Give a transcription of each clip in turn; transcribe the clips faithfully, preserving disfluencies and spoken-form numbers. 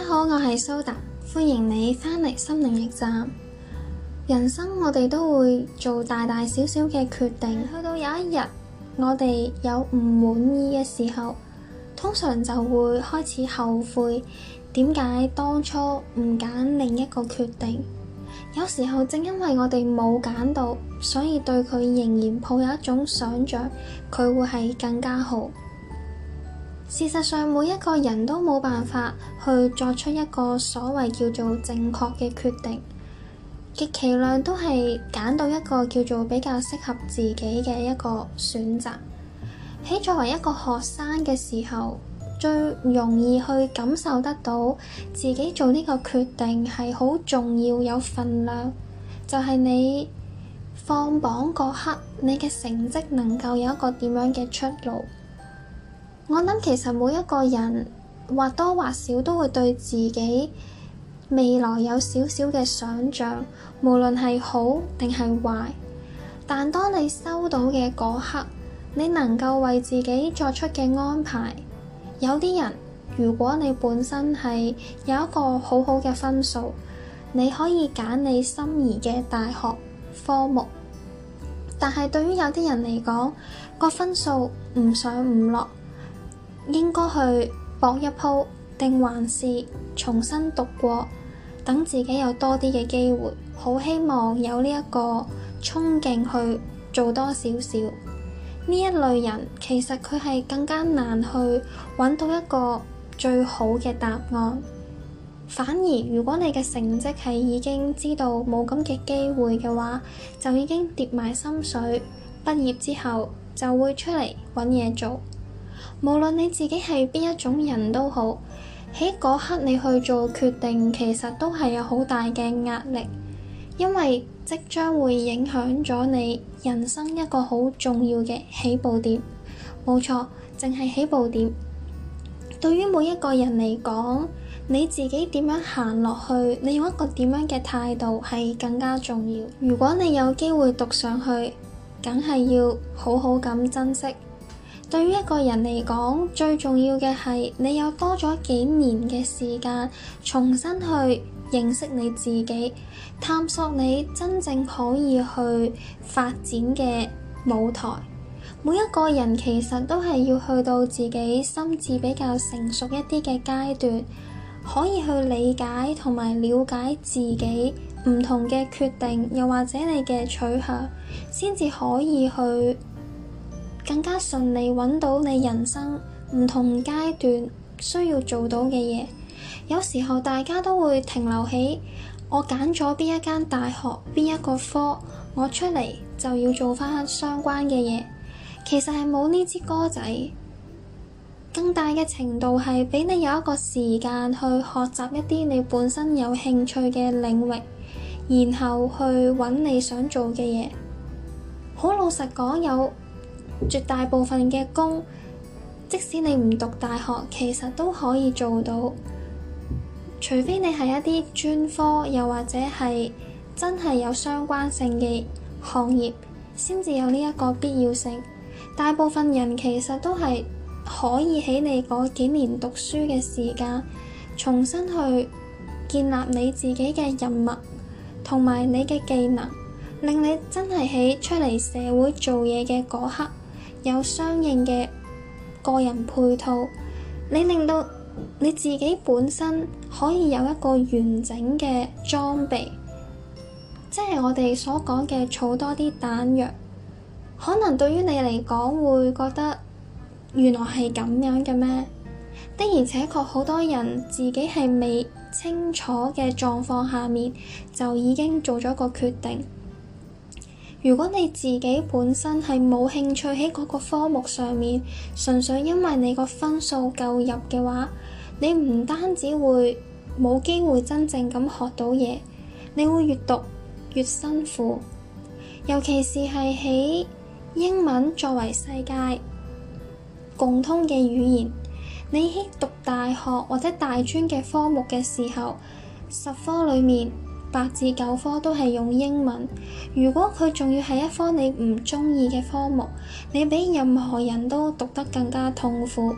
好，我係蘇達，歡迎你返嚟心靈驛站。人生我哋都會做大大小小嘅決定，去到有一日我哋有唔滿意嘅時候，通常就會開始後悔，點解當初唔揀另一個決定？有時候正因為我哋冇揀到，所以對佢仍然抱有一種想像，佢會係更加好。事實上，每一個人都冇辦法去作出一個所謂叫做正確嘅決定，極其量都係揀到一個叫做比較適合自己嘅一個選擇。喺作為一個學生嘅時候，最容易去感受得到自己做呢個決定係好重要有分量，就係你放榜嗰刻，你嘅成績能夠有一個點樣嘅出路。我諗其實每一個人或多或少都會對自己未來有少少嘅想像，無論係好定係壞。但當你收到嘅嗰刻，你能夠為自己作出嘅安排，有啲人如果你本身係有一個好好嘅分數，你可以揀你心儀嘅大學科目。但係對於有啲人嚟講，個分數唔上唔落，應該去搏一鋪，定還是重新讀過，等自己有多啲嘅機會。好希望有呢一個衝勁去做多少少。呢一類人其實佢係更加難去揾到一個最好嘅答案。反而如果你嘅成績係已經知道冇咁嘅機會嘅話，就已經跌埋心水，畢業之後就會出嚟揾嘢做。無論你自己係邊一種人都好，喺嗰刻你去做決定，其實都係有好大嘅壓力，因為即將會影響咗你人生一個好重要嘅起步點。冇錯，淨係起步點。對於每一個人嚟講，你自己點樣行落去，你用一個點樣嘅態度係更加重要。如果你有機會讀上去，梗係要好好咁珍惜。對於一個人嚟講，最重要嘅係你有多咗幾年嘅時間，重新去認識你自己，探索你真正可以去發展嘅舞台。每一個人其實都係要去到自己心智比較成熟一啲嘅階段，可以去理解同埋了解自己唔同嘅決定，又或者你嘅取向，先至可以去更加順利揾到你人生唔同階段需要做到嘅嘢。有時候大家都會停留喺我揀咗邊一間大學邊一個科，我出嚟就要做返相關嘅嘢。其實係冇呢支歌仔，更大嘅程度係俾你有一個時間去學習一啲你本身有興趣嘅領域，然後去揾你想做嘅嘢。好老實講，有絕大部分嘅工，即使你唔讀大學，其實都可以做到，除非你係一啲專科，又或者係真係有相關性嘅行業，先至有呢一個必要性。大部分人其實都係可以喺你嗰幾年讀書嘅時間，重新去建立你自己嘅人脈同埋你嘅技能，令你真係喺出嚟社會做嘢嘅嗰刻有相應嘅個人配套，你令到你自己本身可以有一個完整嘅裝備，即係我哋所講嘅儲多啲彈藥。可能對於你嚟講會覺得原來係咁樣嘅咩？的而且確好多人自己係未清楚嘅狀況下面就已經做咗個決定。如果你自己本身係冇興趣喺嗰個科目上面，純粹因為你個分數夠入嘅話，你唔單止會冇機會真正咁學到嘢，你會越讀越辛苦。尤其是係喺英文作為世界共通嘅語言，你喺讀大學或者大專嘅科目嘅時候，十科裡面八至九科都係用英文。如果佢仲要係一科你唔中意嘅科目，你比任何人都讀得更加痛苦。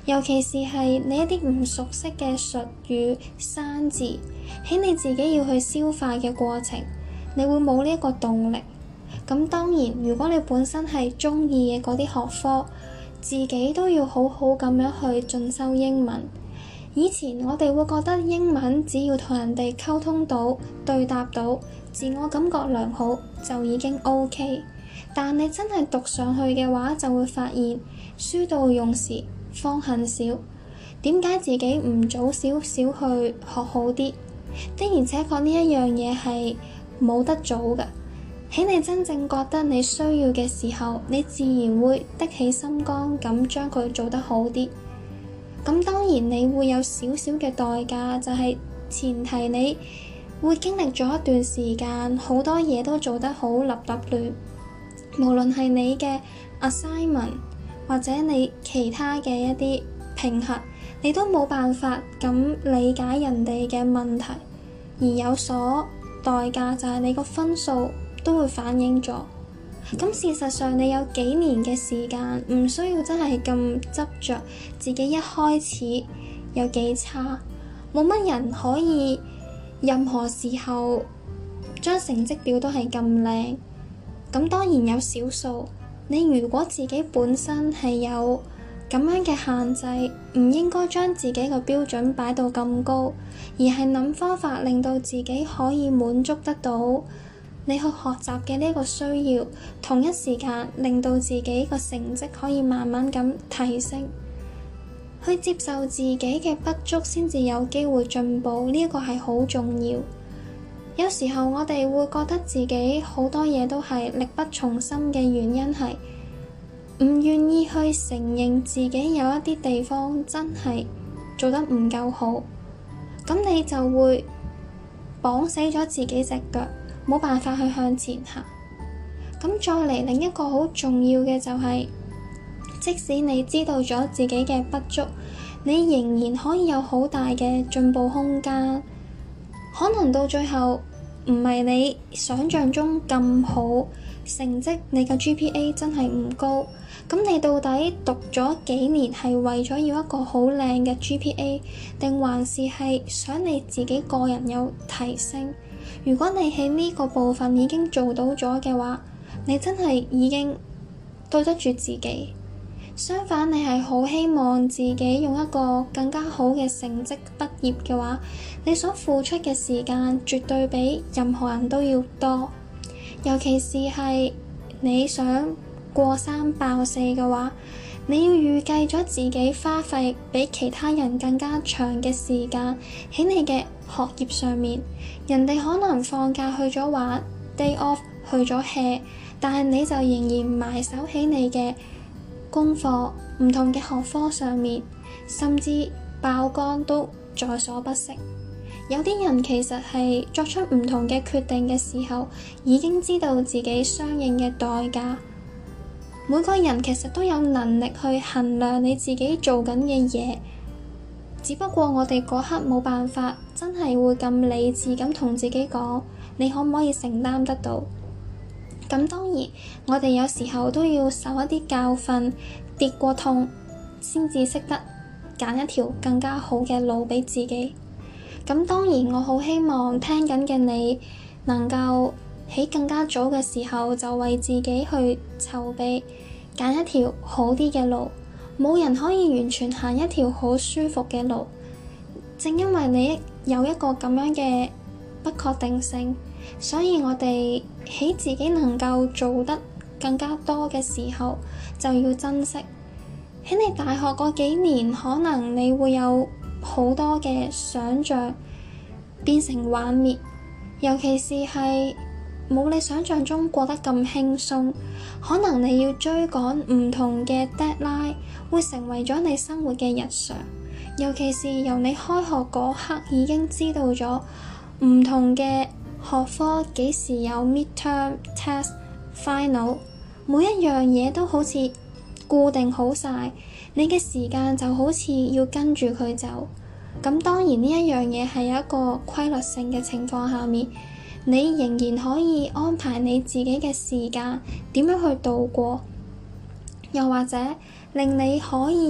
尤其是係你一啲唔熟悉嘅術語、生字，喺你自己要去消化嘅過程，你會冇呢一個動力。咁當然，如果你本身係鍾意嘅嗰啲學科，自己都要好好咁樣去進修英文。以前我哋會覺得英文只要同人哋溝通到、對答到，自我感覺良好就已經 OK。但你真係讀上去嘅話，就會發現書到用時方恨少。點解自己唔早少少去學好啲？的而且確呢一樣嘢係冇得早㗎。喺你真正覺得你需要嘅時候，你自然會的起心肝咁將佢做得好啲。咁當然你會有少少嘅代價，就係前提你會經歷咗一段時間，好多嘢都做得好立立亂，無論係你嘅 assignment 或者你其他嘅一啲評核，你都冇辦法咁理解人哋嘅問題，而有所代價就係你個分數都會反映咗。咁事實上你有幾年嘅時間，唔需要真係咁執着自己一開始有幾差，冇乜人可以任何時候將成績表都係咁靚。咁當然有少數，你如果自己本身係有咁樣嘅限制，唔應該將自己個標準擺到咁高，而係諗方法令到自己可以滿足得到你去學習嘅呢個需要，同一時間令到自己個成績可以慢慢咁提升，去接受自己嘅不足先至有機會進步，呢一個係好重要。有時候我哋會覺得自己好多嘢都係力不從心嘅原因係唔願意去承認自己有一啲地方真係做得唔夠好，咁你就會綁死咗自己隻腳，冇辦法去向前行。咁再嚟另一個好重要嘅就係，即使你知道咗自己嘅不足，你仍然可以有好大嘅進步空間。可能到最後唔係你想象中咁好成績，你嘅 G P A 真係唔高。咁你到底讀咗幾年係為咗要一個好靚嘅 G P A， 定還是係想你自己個人有提升？如果你喺呢個部分已經做到咗嘅話，你真係已經對得住自己。相反，你係好希望自己用一個更加好嘅成績畢業嘅話，你所付出嘅時間絕對比任何人都要多。尤其是係你想過三爆四嘅話，你要預計咗自己花費比其他人更加長嘅時間喺你嘅學業上面。人哋可能放假去咗玩 day off 去咗 hea， 但係你就仍然埋首喺你嘅功課唔同嘅學科上面，甚至爆肝都在所不惜。有啲人其實係作出唔同嘅決定嘅時候，已經知道自己相應嘅代價。每個人其實都有能力去衡量你自己做緊嘅嘢，只不過我哋嗰刻冇辦法真係會咁理智咁同自己講，你可唔可以承擔得到？咁當然，我哋有時候都要受一啲教訓，跌過痛，先至識得揀一條更加好嘅路畀自己。咁當然，我好希望聽緊嘅你能夠喺更加早嘅時候就為自己去籌備，揀一條好啲嘅路。冇人可以完全行一條好舒服嘅路，正因為你有一個咁樣嘅不確定性，所以我哋喺自己能夠做得更加多嘅時候就要珍惜。喺你大學嗰幾年，可能你會有好多嘅想像變成幻滅，尤其是係冇你想象中過得咁輕鬆。可能你要追趕唔同嘅 deadline， 會成為咗你生活嘅日常。尤其是由你開學嗰刻已經知道咗唔同嘅學科幾時有 midterm test final， 每一樣嘢都好似固定好晒，你嘅時間就好似要跟住佢走。咁當然呢一樣嘢係有一個規律性嘅情況下面，你仍然可以安排你自己嘅時間點樣去度過，又或者令你可以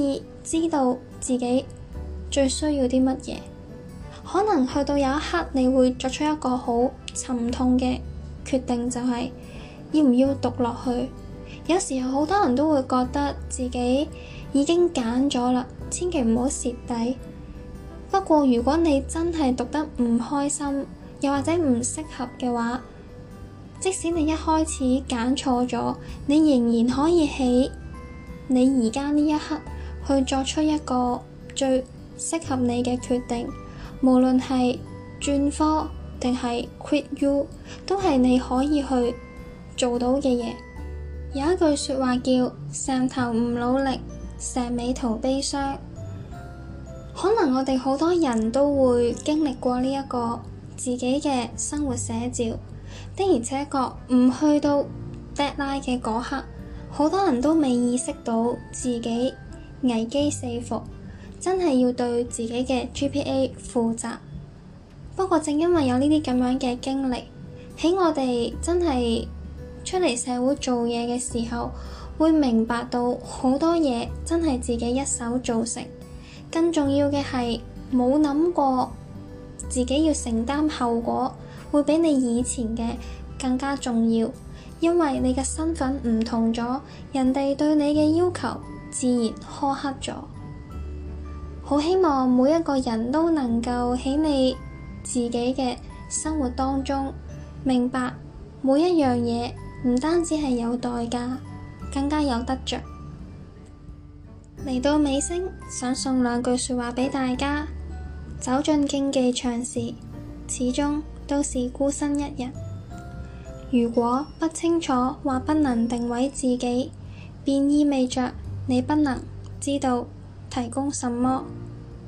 知道自己最需要啲乜嘢。可能去到有一刻，你會作出一個好沉痛嘅決定，就係要唔要讀落去。有時候好多人都會覺得自己已經揀咗啦，千祈唔好蝕底。不過如果你真係讀得唔開心，又或者唔適合嘅話，即使你一開始揀錯咗，你仍然可以喺你而家呢一刻去作出一個最適合你嘅決定。無論係轉科定係 quit U， 都係你可以去做到嘅嘢。有一句說話叫石頭唔努力，石尾徒悲傷。可能我哋好多人都會經歷過呢一個自己嘅生活寫照，的而且確唔去到 deadline 嘅嗰刻，好多人都未意識到自己危機四伏，真係要對自己嘅 G P A 負責。不過正因為有呢啲咁樣嘅經歷，喺我哋真係出嚟社會做嘢嘅時候，會明白到好多嘢真係自己一手造成。更重要嘅係冇諗過自己要承擔後果，會比你以前嘅更加重要。因為你嘅身份唔同咗，人哋對你嘅要求自然苛刻咗。好希望每一個人都能夠喺你自己嘅生活當中明白每一樣嘢唔單止係有代價，更加有得着。嚟到尾聲，想送兩句說話俾大家：走進競技場時，始終都是孤身一人。如果不清楚或不能定位自己，便意味着你不能知道提供什麼。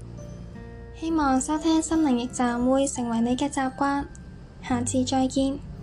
希望收聽心靈驛站會成為你嘅習慣，下次再見。